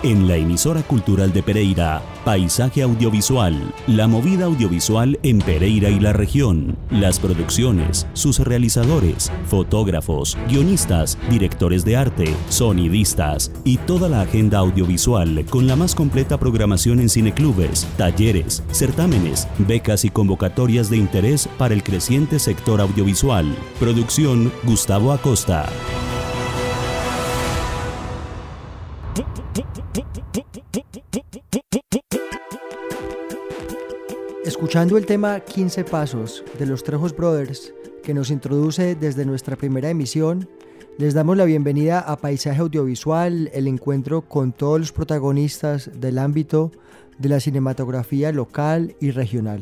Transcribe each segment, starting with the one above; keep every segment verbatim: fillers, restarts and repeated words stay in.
en la emisora cultural de Pereira, Paisaje Audiovisual, la movida audiovisual en Pereira y la región, las producciones, sus realizadores, fotógrafos, guionistas, directores de arte, sonidistas y toda la agenda audiovisual con la más completa programación en cineclubes, talleres, certámenes, becas y convocatorias de interés para el creciente sector audiovisual. Producción Gustavo Acosta. Escuchando el tema quince Pasos de los Trejos Brothers, que nos introduce desde nuestra primera emisión, les damos la bienvenida a Paisaje Audiovisual, el encuentro con todos los protagonistas del ámbito de la cinematografía local y regional.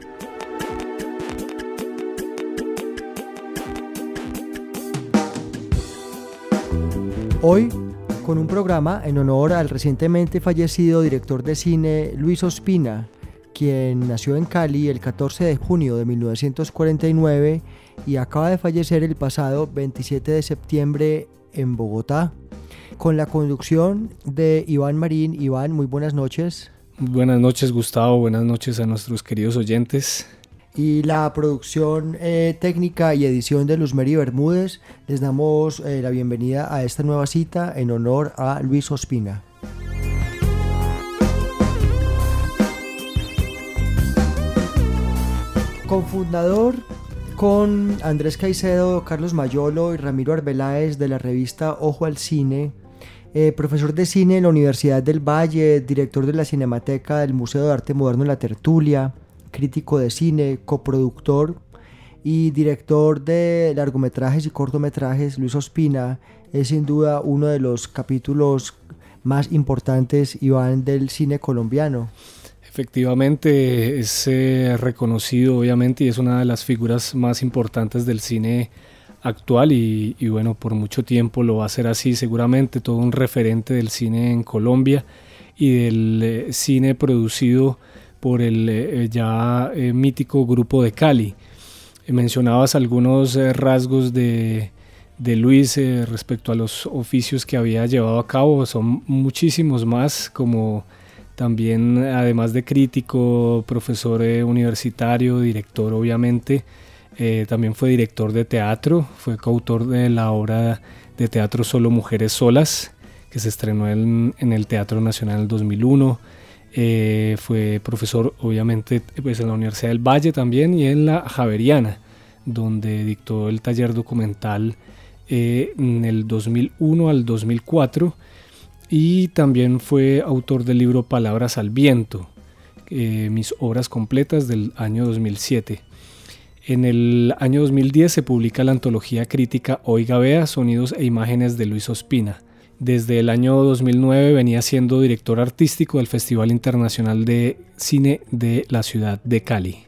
Hoy, con un programa en honor al recientemente fallecido director de cine Luis Ospina, quien nació en Cali el catorce de junio de mil novecientos cuarenta y nueve y acaba de fallecer el pasado veintisiete de septiembre en Bogotá, con la conducción de Iván Marín. Iván, muy buenas noches. Buenas noches, Gustavo, buenas noches a nuestros queridos oyentes. Y la producción eh, técnica y edición de Luzmeri Bermúdez. Les damos eh, la bienvenida a esta nueva cita en honor a Luis Ospina. Cofundador con Andrés Caicedo, Carlos Mayolo y Ramiro Arbeláez de la revista Ojo al Cine, eh, profesor de cine en la Universidad del Valle, director de la Cinemateca del Museo de Arte Moderno La Tertulia, crítico de cine, coproductor y director de largometrajes y cortometrajes. Luis Ospina es sin duda uno de los capítulos más importantes, Iván, del cine colombiano. Efectivamente, es eh, reconocido obviamente y es una de las figuras más importantes del cine actual y, y bueno, por mucho tiempo lo va a ser así seguramente, todo un referente del cine en Colombia y del eh, cine producido por el eh, ya eh, mítico Grupo de Cali. Eh, mencionabas algunos eh, rasgos de, de Luis eh, respecto a los oficios que había llevado a cabo, son muchísimos más, como también, además de crítico, profesor eh, universitario, director obviamente, eh, también fue director de teatro, fue coautor de la obra de teatro Solo Mujeres Solas, que se estrenó en, en el Teatro Nacional en el dos mil uno, eh, fue profesor obviamente pues, en la Universidad del Valle también y en la Javeriana, donde dictó el taller documental eh, en el dos mil uno al dos mil cuatro, y también fue autor del libro Palabras al Viento, eh, mis obras completas del año dos mil siete. En el año dos mil diez se publica la antología crítica Oiga Vea, Sonidos e Imágenes de Luis Ospina. Desde el año dos mil nueve venía siendo director artístico del Festival Internacional de Cine de la ciudad de Cali.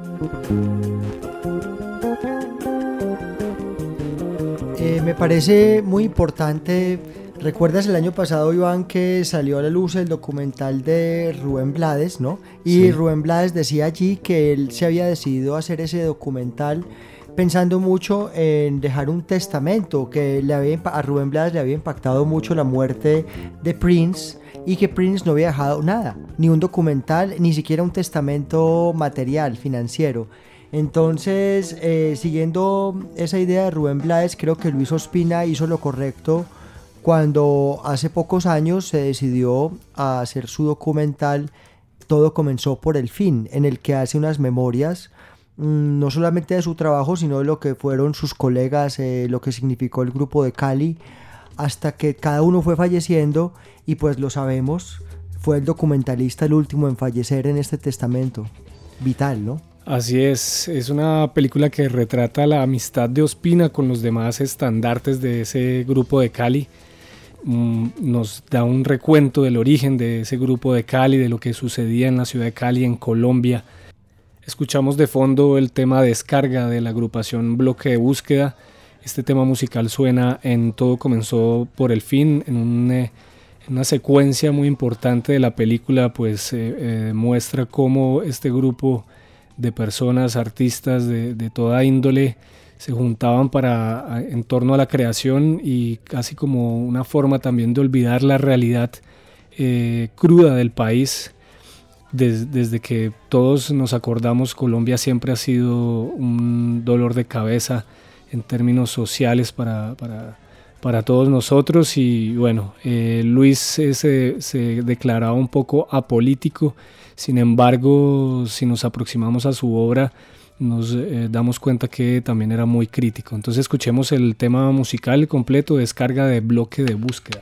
Eh, me parece muy importante. ¿Recuerdas el año pasado, Iván, que salió a la luz el documental de Rubén Blades, ¿no? Y sí. Rubén Blades decía allí que él se había decidido a hacer ese documental pensando mucho en dejar un testamento, que le había, a Rubén Blades le había impactado mucho la muerte de Prince y que Prince no había dejado nada, ni un documental, ni siquiera un testamento material, financiero. Entonces, eh, siguiendo esa idea de Rubén Blades, creo que Luis Ospina hizo lo correcto cuando hace pocos años se decidió a hacer su documental Todo comenzó por el fin, en el que hace unas memorias mmm, no solamente de su trabajo, sino de lo que fueron sus colegas, eh, lo que significó el Grupo de Cali, hasta que cada uno fue falleciendo y pues lo sabemos, fue el documentalista el último en fallecer en este testamento vital, ¿no? Así es, es una película que retrata la amistad de Ospina con los demás estandartes de ese Grupo de Cali. Nos da un recuento del origen de ese Grupo de Cali, de lo que sucedía en la ciudad de Cali, en Colombia. Escuchamos de fondo el tema Descarga de la agrupación Bloque de Búsqueda. Este tema musical suena en Todo comenzó por el fin, en, un, eh, en una secuencia muy importante de la película, pues eh, eh, muestra cómo este grupo de personas, artistas de, de toda índole, se juntaban para, en torno a la creación y casi como una forma también de olvidar la realidad, eh, cruda del país. Des, desde que todos nos acordamos, Colombia siempre ha sido un dolor de cabeza en términos sociales para, para, para todos nosotros. Y bueno, eh, Luis eh, se, se declaraba un poco apolítico. Sin embargo, si nos aproximamos a su obra, nos eh, damos cuenta que también era muy crítico. Entonces escuchemos el tema musical completo, Descarga de Bloque de Búsqueda.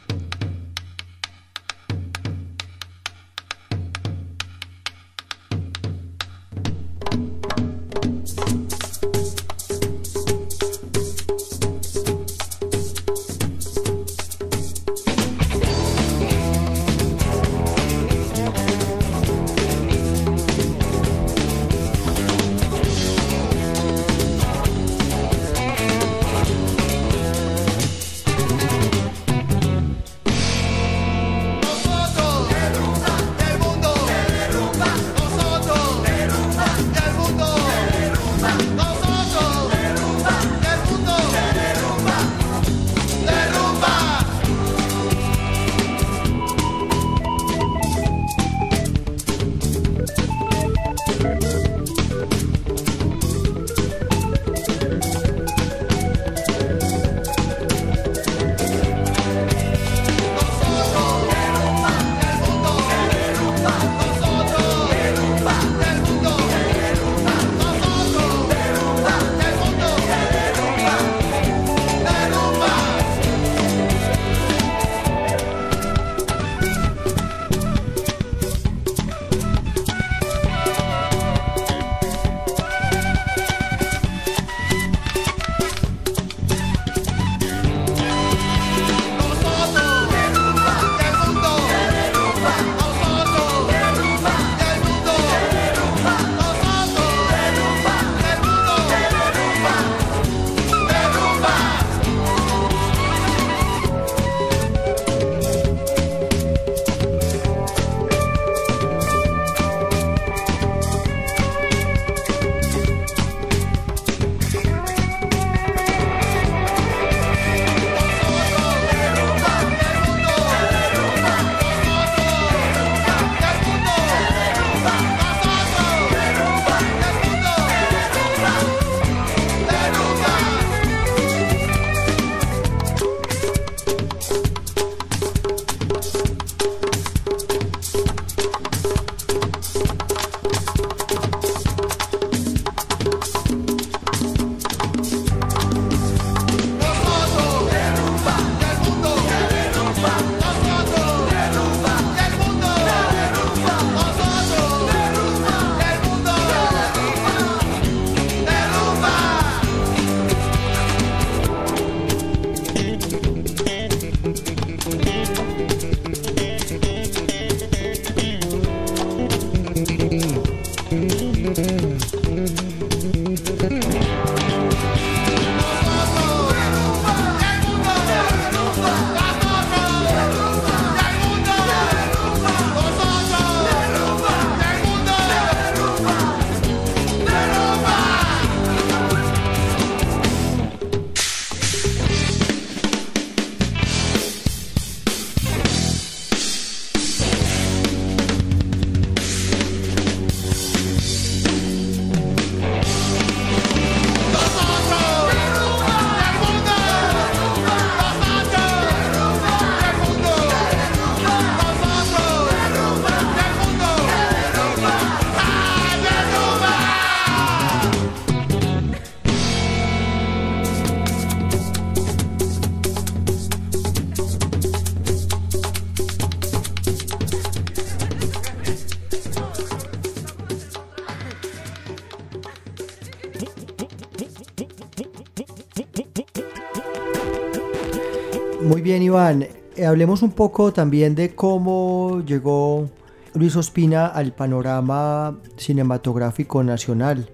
Muy bien, Iván. Eh, hablemos un poco también de cómo llegó Luis Ospina al panorama cinematográfico nacional.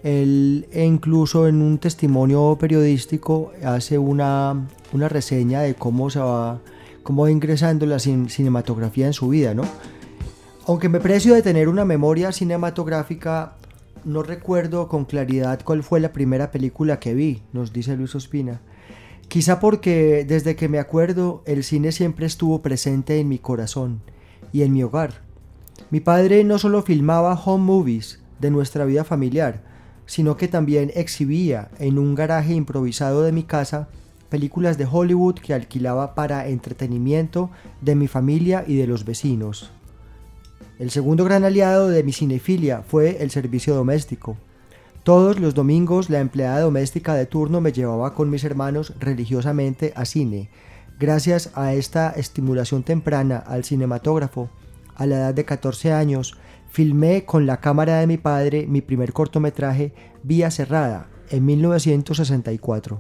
Él incluso en un testimonio periodístico hace una, una reseña de cómo se va, cómo va ingresando la cin- cinematografía en su vida, ¿no? Aunque me precio de tener una memoria cinematográfica, no recuerdo con claridad cuál fue la primera película que vi, nos dice Luis Ospina. Quizá porque desde que me acuerdo el cine siempre estuvo presente en mi corazón y en mi hogar. Mi padre no solo filmaba home movies de nuestra vida familiar, sino que también exhibía en un garaje improvisado de mi casa películas de Hollywood que alquilaba para entretenimiento de mi familia y de los vecinos. El segundo gran aliado de mi cinefilia fue el servicio doméstico. Todos los domingos la empleada doméstica de turno me llevaba con mis hermanos religiosamente a cine. Gracias a esta estimulación temprana al cinematógrafo, a la edad de catorce años, filmé con la cámara de mi padre mi primer cortometraje Vía Cerrada en mil novecientos sesenta y cuatro.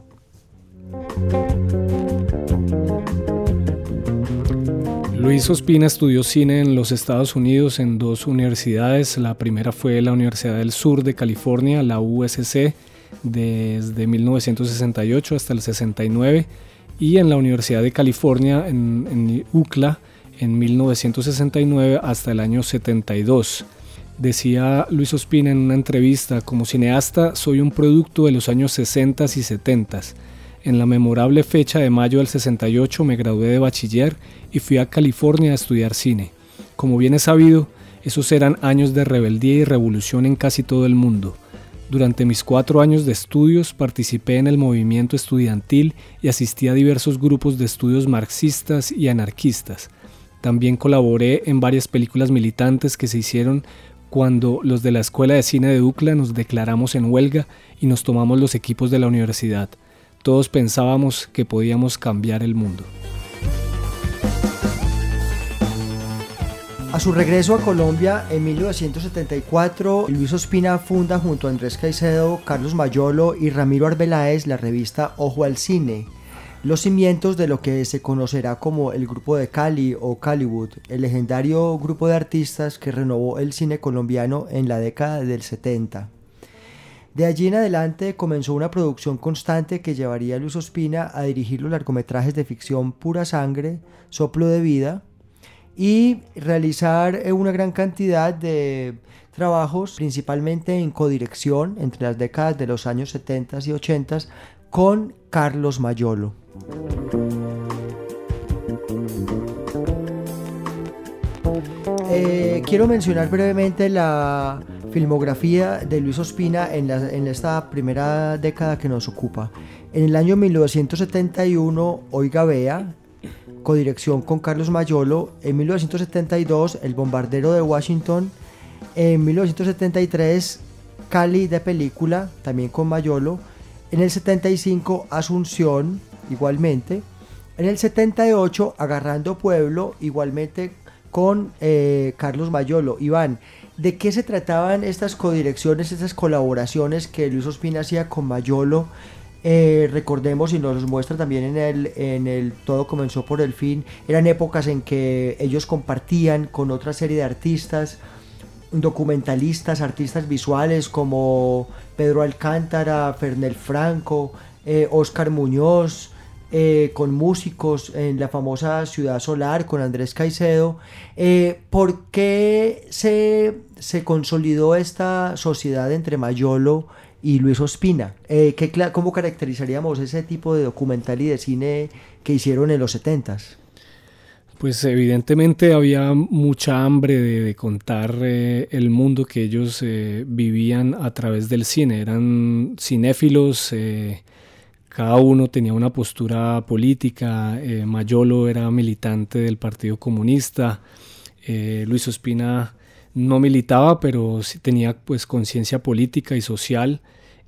Luis Ospina estudió cine en los Estados Unidos en dos universidades. La primera fue la Universidad del Sur de California, la U S C, desde mil novecientos sesenta y ocho hasta el sesenta y nueve, y en la Universidad de California en, en U C L A en mil novecientos sesenta y nueve hasta el año setenta y dos. Decía Luis Ospina en una entrevista: como cineasta soy un producto de los años sesenta y setenta. En la memorable fecha de mayo del sesenta y ocho me gradué de bachiller y fui a California a estudiar cine. Como bien es sabido, esos eran años de rebeldía y revolución en casi todo el mundo. Durante mis cuatro años de estudios participé en el movimiento estudiantil y asistí a diversos grupos de estudios marxistas y anarquistas. También colaboré en varias películas militantes que se hicieron cuando los de la Escuela de Cine de U C L A nos declaramos en huelga y nos tomamos los equipos de la universidad. Todos pensábamos que podíamos cambiar el mundo. A su regreso a Colombia en mil novecientos setenta y cuatro, Luis Ospina funda junto a Andrés Caicedo, Carlos Mayolo y Ramiro Arbeláez la revista Ojo al Cine, los cimientos de lo que se conocerá como el Grupo de Cali o Caliwood, el legendario grupo de artistas que renovó el cine colombiano en la década del setenta. De allí en adelante comenzó una producción constante que llevaría a Luis Ospina a dirigir los largometrajes de ficción Pura Sangre, Soplo de Vida, y realizar una gran cantidad de trabajos, principalmente en codirección entre las décadas de los años setenta y ochenta, con Carlos Mayolo. Eh, quiero mencionar brevemente la filmografía de Luis Ospina en, la, en esta primera década que nos ocupa. En el año mil novecientos setenta y uno, Oiga Vea, codirección con Carlos Mayolo. En mil novecientos setenta y dos, El bombardero de Washington. En mil novecientos setenta y tres, Cali de película, también con Mayolo. En el setenta y cinco, Asunción, igualmente. En el setenta y ocho, Agarrando Pueblo, igualmente con eh, Carlos Mayolo. Iván, ¿de qué se trataban estas codirecciones, estas colaboraciones que Luis Ospina hacía con Mayolo? Eh, recordemos, y nos muestra también en el, en el Todo comenzó por el fin, eran épocas en que ellos compartían con otra serie de artistas, documentalistas, artistas visuales como Pedro Alcántara, Fernel Franco, eh, Óscar Muñoz, eh, con músicos en la famosa Ciudad Solar, con Andrés Caicedo. Eh, ¿Por qué se, se consolidó esta sociedad entre Mayolo y Luis Ospina? Eh, ¿qué, ¿Cómo caracterizaríamos ese tipo de documental y de cine que hicieron en los setentas? Pues evidentemente había mucha hambre de, de contar eh, el mundo que ellos eh, vivían a través del cine. Eran cinéfilos, eh, cada uno tenía una postura política. eh, Mayolo era militante del Partido Comunista, eh, Luis Ospina no militaba, pero sí tenía pues conciencia política y social.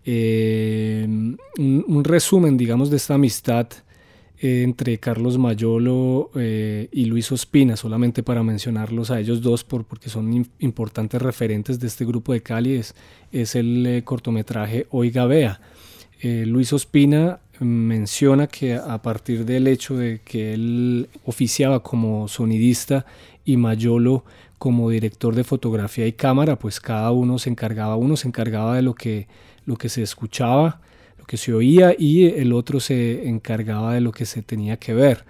Eh, un, un resumen, digamos, de esta amistad eh, entre Carlos Mayolo eh, y Luis Ospina, solamente para mencionarlos a ellos dos por, porque son in, importantes referentes de este grupo de Cali, es, es el eh, cortometraje Oiga Vea. Eh, Luis Ospina menciona que a partir del hecho de que él oficiaba como sonidista y Mayolo como director de fotografía y cámara, pues cada uno se encargaba, uno se encargaba de lo que, lo que se escuchaba, lo que se oía, y el otro se encargaba de lo que se tenía que ver.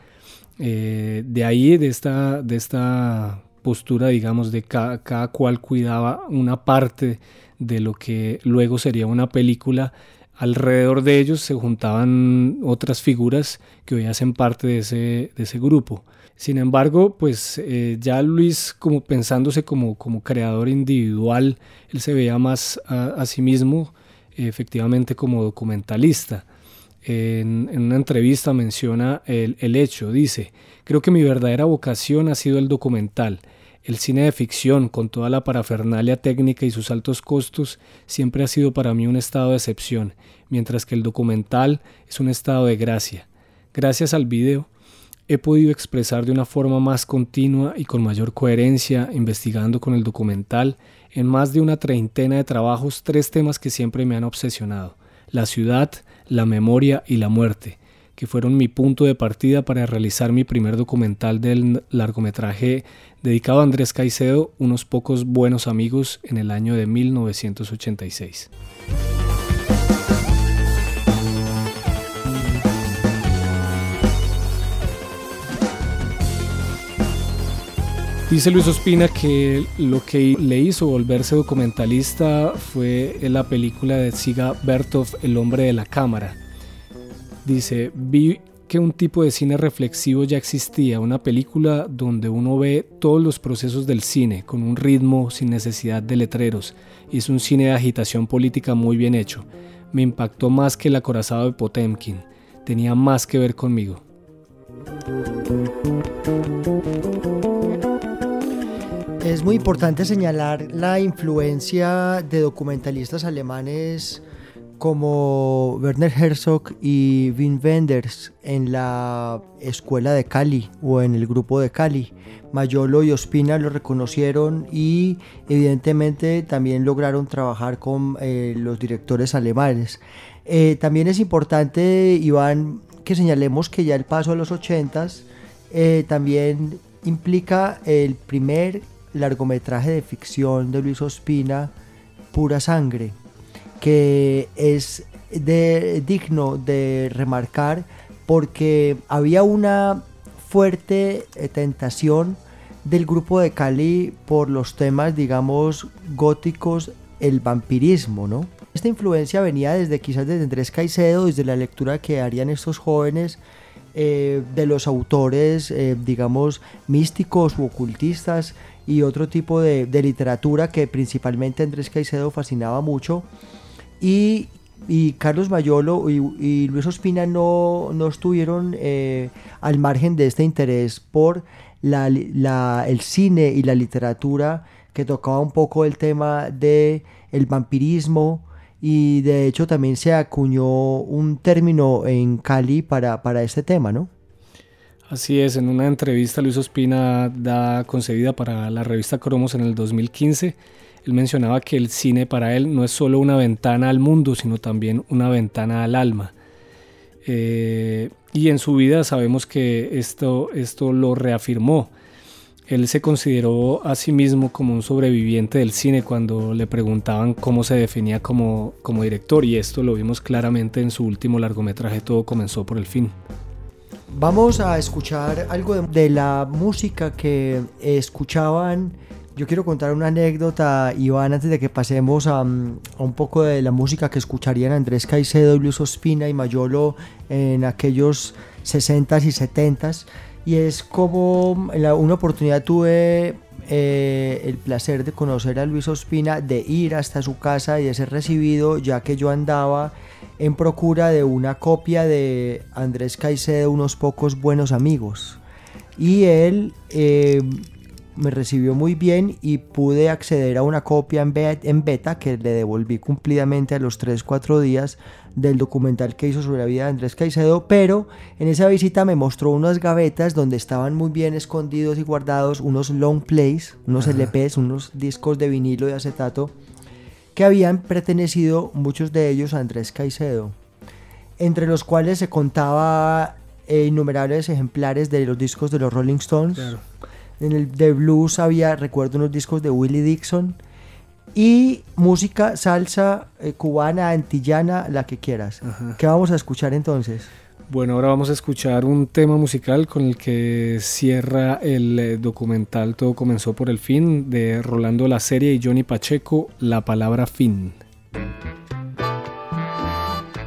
Eh, de ahí, de esta, de esta postura, digamos, de cada, cada cual cuidaba una parte de lo que luego sería una película, alrededor de ellos se juntaban otras figuras que hoy hacen parte de ese, de ese grupo. Sin embargo, pues eh, ya Luis, como pensándose como, como creador individual, él se veía más a, a sí mismo eh, efectivamente como documentalista. En, en una entrevista menciona el, el hecho, dice: creo que mi verdadera vocación ha sido el documental. El cine de ficción, con toda la parafernalia técnica y sus altos costos, siempre ha sido para mí un estado de excepción, mientras que el documental es un estado de gracia. Gracias al video, he podido expresar de una forma más continua y con mayor coherencia, investigando con el documental, en más de una treintena de trabajos, tres temas que siempre me han obsesionado: la ciudad, la memoria y la muerte, que fueron mi punto de partida para realizar mi primer documental del largometraje dedicado a Andrés Caicedo, Unos pocos buenos amigos, en el año de mil novecientos ochenta y seis. Dice Luis Ospina que lo que le hizo volverse documentalista fue la película de Dziga Vertov, El hombre de la cámara. Dice: vi que un tipo de cine reflexivo ya existía, una película donde uno ve todos los procesos del cine, con un ritmo sin necesidad de letreros. Es un cine de agitación política muy bien hecho. Me impactó más que El acorazado de Potemkin. Tenía más que ver conmigo. Es muy importante señalar la influencia de documentalistas alemanes como Werner Herzog y Wim Wenders en la escuela de Cali o en el grupo de Cali. Mayolo y Ospina lo reconocieron y evidentemente también lograron trabajar con eh, los directores alemanes. Eh, también es importante, Iván, que señalemos que ya el paso a los ochentas eh, también implica el primer largometraje de ficción de Luis Ospina, Pura Sangre, que es de, digno de remarcar porque había una fuerte eh, tentación del grupo de Cali por los temas, digamos, góticos, el vampirismo, ¿no? Esta influencia venía desde quizás desde Andrés Caicedo, desde la lectura que harían estos jóvenes eh, de los autores, eh, digamos, místicos u ocultistas y otro tipo de, de literatura que principalmente Andrés Caicedo fascinaba mucho. Y, y Carlos Mayolo y, y Luis Ospina no, no estuvieron eh, al margen de este interés por la, la, el cine y la literatura que tocaba un poco el tema del vampirismo, y de hecho también se acuñó un término en Cali para, para este tema, ¿no? Así es, en una entrevista Luis Ospina da concedida para la revista Cromos en el dos mil quince, él mencionaba que el cine para él no es solo una ventana al mundo, sino también una ventana al alma. Eh, y en su vida sabemos que esto, esto lo reafirmó. Él se consideró a sí mismo como un sobreviviente del cine cuando le preguntaban cómo se definía como, como director, y esto lo vimos claramente en su último largometraje, Todo comenzó por el fin. Vamos a escuchar algo de, de la música que escuchaban. Yo quiero contar una anécdota, Iván, antes de que pasemos a, a un poco de la música que escucharían Andrés Caicedo, Luis Ospina y Mayolo en aquellos sesentas y setentas. Y es como en la, una oportunidad tuve eh, el placer de conocer a Luis Ospina, de ir hasta su casa y de ser recibido, ya que yo andaba en procura de una copia de Andrés Caicedo, Unos pocos buenos amigos. Y él eh, me recibió muy bien y pude acceder a una copia en beta, en beta que le devolví cumplidamente a los tres cuatro días del documental que hizo sobre la vida de Andrés Caicedo, pero en esa visita me mostró unas gavetas donde estaban muy bien escondidos y guardados unos long plays, unos Ajá. L Pes, unos discos de vinilo y acetato que habían pertenecido muchos de ellos a Andrés Caicedo, entre los cuales se contaba eh, innumerables ejemplares de los discos de los Rolling Stones. Claro. En el de blues había, recuerdo, unos discos de Willie Dixon y música, salsa, eh, cubana, antillana, la que quieras. Ajá. ¿Qué vamos a escuchar entonces? Bueno, ahora vamos a escuchar un tema musical con el que cierra el eh, documental Todo comenzó por el fin, de Rolando La Serie y Johnny Pacheco, La palabra fin.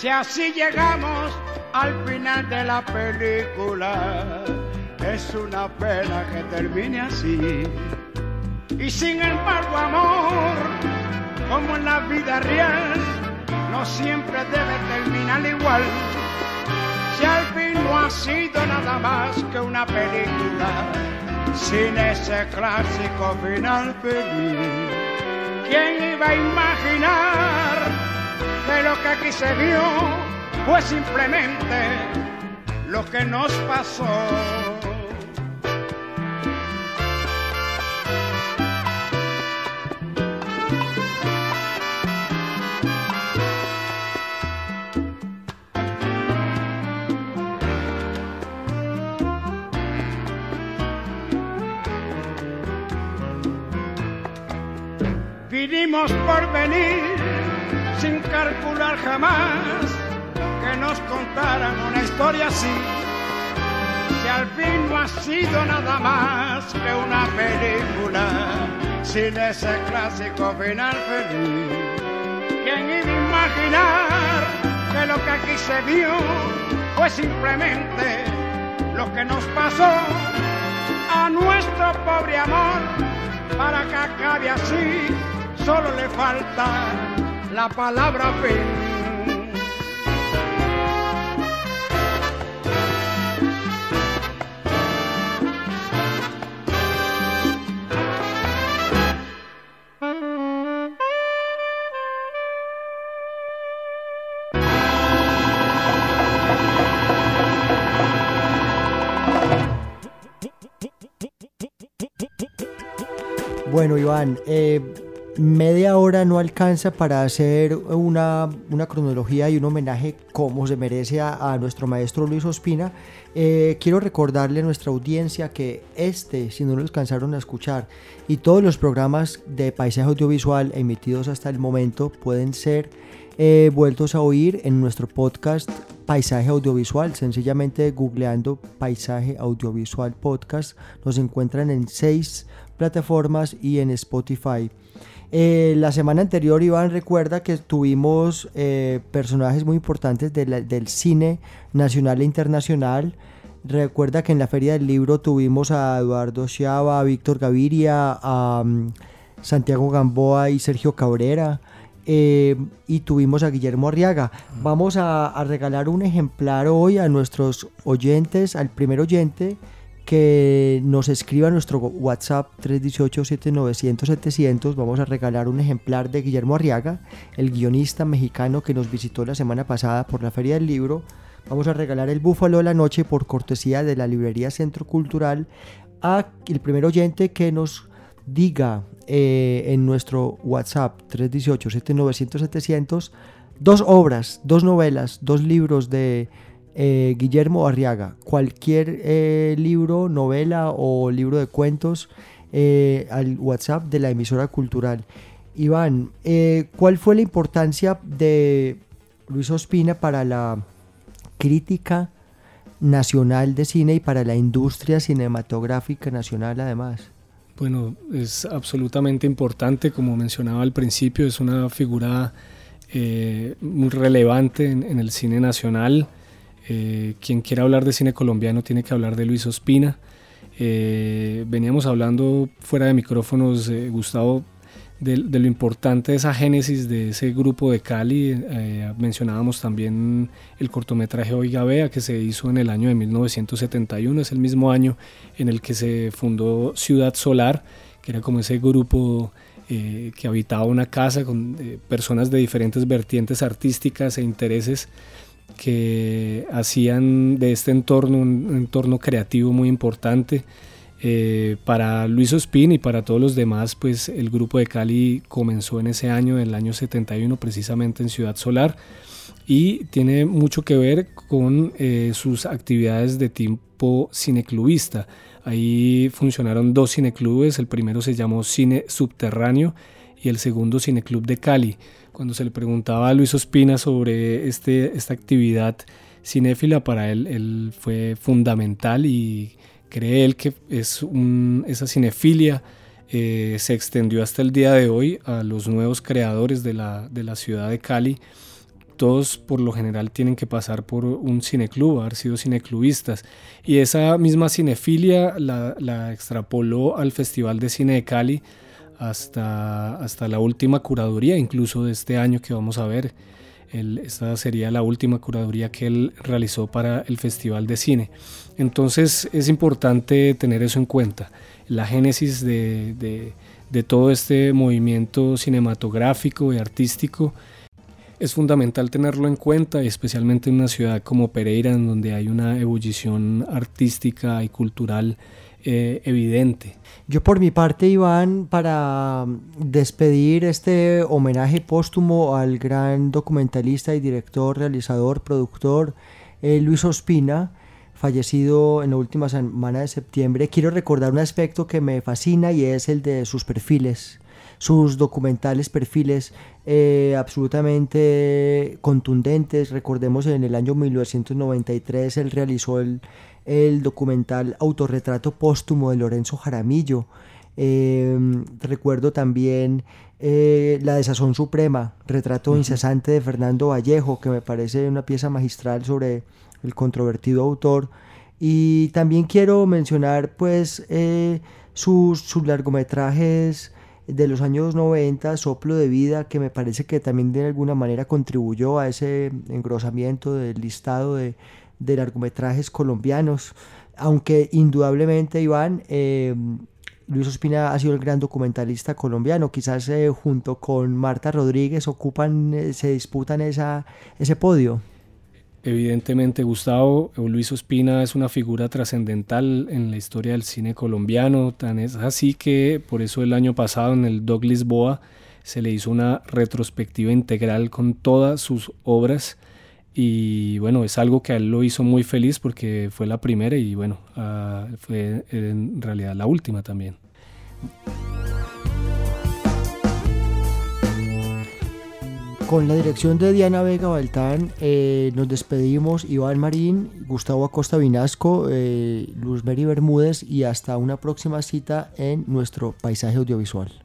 Si así llegamos al final de la película, es una pena que termine así. Y sin embargo, amor, como en la vida real, no siempre debe terminar igual. Si al fin no ha sido nada más que una película, sin ese clásico final feliz, ¿quién iba a imaginar que lo que aquí se vio fue simplemente lo que nos pasó? Vinimos por venir sin calcular jamás que nos contaran una historia así. Si al fin no ha sido nada más que una película, sin ese clásico final feliz, ¿quién iba a imaginar que lo que aquí se vio fue simplemente lo que nos pasó a nuestro pobre amor? Para que acabe así, solo le falta la palabra fin. Bueno, Iván, eh, media hora no alcanza para hacer una, una cronología y un homenaje como se merece a, a nuestro maestro Luis Ospina. Eh, quiero recordarle a nuestra audiencia que este, si no lo alcanzaron a escuchar, y todos los programas de Paisaje Audiovisual emitidos hasta el momento pueden ser eh, vueltos a oír en nuestro podcast Paisaje Audiovisual. Sencillamente googleando Paisaje Audiovisual Podcast nos encuentran en seis plataformas y en Spotify. Eh, la semana anterior, Iván, recuerda que tuvimos eh, personajes muy importantes de la, del cine nacional e internacional. Recuerda que en la Feria del Libro tuvimos a Eduardo Schiava, a Víctor Gaviria, a um, Santiago Gamboa y Sergio Cabrera, eh, y tuvimos a Guillermo Arriaga. Vamos a, a regalar un ejemplar hoy a nuestros oyentes, al primer oyente que nos escriba a nuestro WhatsApp tres uno ocho, siete nueve cero cero, setecientos. Vamos a regalar un ejemplar de Guillermo Arriaga, el guionista mexicano que nos visitó la semana pasada por la Feria del Libro. Vamos a regalar el Búfalo de la Noche por cortesía de la librería Centro Cultural a el primer oyente que nos diga eh, en nuestro WhatsApp tres uno ocho, siete nueve cero cero, setecientos dos obras, dos novelas, dos libros de Eh, Guillermo Arriaga, cualquier eh, libro, novela o libro de cuentos, eh, al WhatsApp de la emisora cultural. Iván, eh, ¿cuál fue la importancia de Luis Ospina para la crítica nacional de cine y para la industria cinematográfica nacional además? Bueno, es absolutamente importante, como mencionaba al principio, es una figura eh, muy relevante en, en el cine nacional. Eh, quien quiera hablar de cine colombiano tiene que hablar de Luis Ospina. Eh, veníamos hablando fuera de micrófonos, eh, Gustavo, de, de lo importante de esa génesis de ese grupo de Cali. Eh, mencionábamos también el cortometraje Oiga Vea, que se hizo en el año de mil novecientos setenta y uno, es el mismo año en el que se fundó Ciudad Solar, que era como ese grupo eh, que habitaba una casa con eh, personas de diferentes vertientes artísticas e intereses, que hacían de este entorno un, un entorno creativo muy importante. Eh, para Luis Ospina y para todos los demás, pues el grupo de Cali comenzó en ese año, en el año setenta y uno, precisamente en Ciudad Solar, y tiene mucho que ver con eh, sus actividades de tipo cineclubista. Ahí funcionaron dos cineclubes, el primero se llamó Cine Subterráneo y el segundo Cineclub de Cali. Cuando se le preguntaba a Luis Ospina sobre este, esta actividad cinéfila, para él, él fue fundamental, y cree él que es un, esa cinefilia eh, se extendió hasta el día de hoy a los nuevos creadores de la, de la ciudad de Cali, todos por lo general tienen que pasar por un cineclub, haber sido cineclubistas, y esa misma cinefilia la, la extrapoló al Festival de Cine de Cali hasta, hasta la última curaduría, incluso de este año que vamos a ver. Él, esta sería la última curaduría que él realizó para el Festival de Cine. Entonces es importante tener eso en cuenta, la génesis de, de, de todo este movimiento cinematográfico y artístico. Es fundamental tenerlo en cuenta, especialmente en una ciudad como Pereira, en donde hay una ebullición artística y cultural eh, evidente. Yo por mi parte, Iván, para despedir este homenaje póstumo al gran documentalista y director, realizador, productor eh, Luis Ospina, fallecido en la última semana de septiembre, quiero recordar un aspecto que me fascina y es el de sus perfiles, sus documentales perfiles eh, absolutamente contundentes. Recordemos, en el año mil novecientos noventa y tres él realizó el el documental Autorretrato póstumo de Lorenzo Jaramillo. Eh, recuerdo también eh, La Desazón Suprema, retrato uh-huh. incesante de Fernando Vallejo, que me parece una pieza magistral sobre el controvertido autor. Y también quiero mencionar pues eh, sus, sus largometrajes de los años noventa, Soplo de Vida, que me parece que también de alguna manera contribuyó a ese engrosamiento del listado de de largometrajes colombianos, aunque indudablemente, Iván, eh, Luis Ospina ha sido el gran documentalista colombiano. Quizás eh, junto con Marta Rodríguez ocupan, eh, se disputan esa, ese podio. Evidentemente, Gustavo, Luis Ospina es una figura trascendental en la historia del cine colombiano, tan es así que por eso el año pasado en el Doc Lisboa se le hizo una retrospectiva integral con todas sus obras. Y bueno, es algo que a él lo hizo muy feliz porque fue la primera y bueno, uh, fue en realidad la última también. Con la dirección de Diana Vega Baltán eh, nos despedimos. Iván Marín, Gustavo Acosta Vinasco, eh, Luz Mary Bermúdez, y hasta una próxima cita en nuestro Paisaje Audiovisual.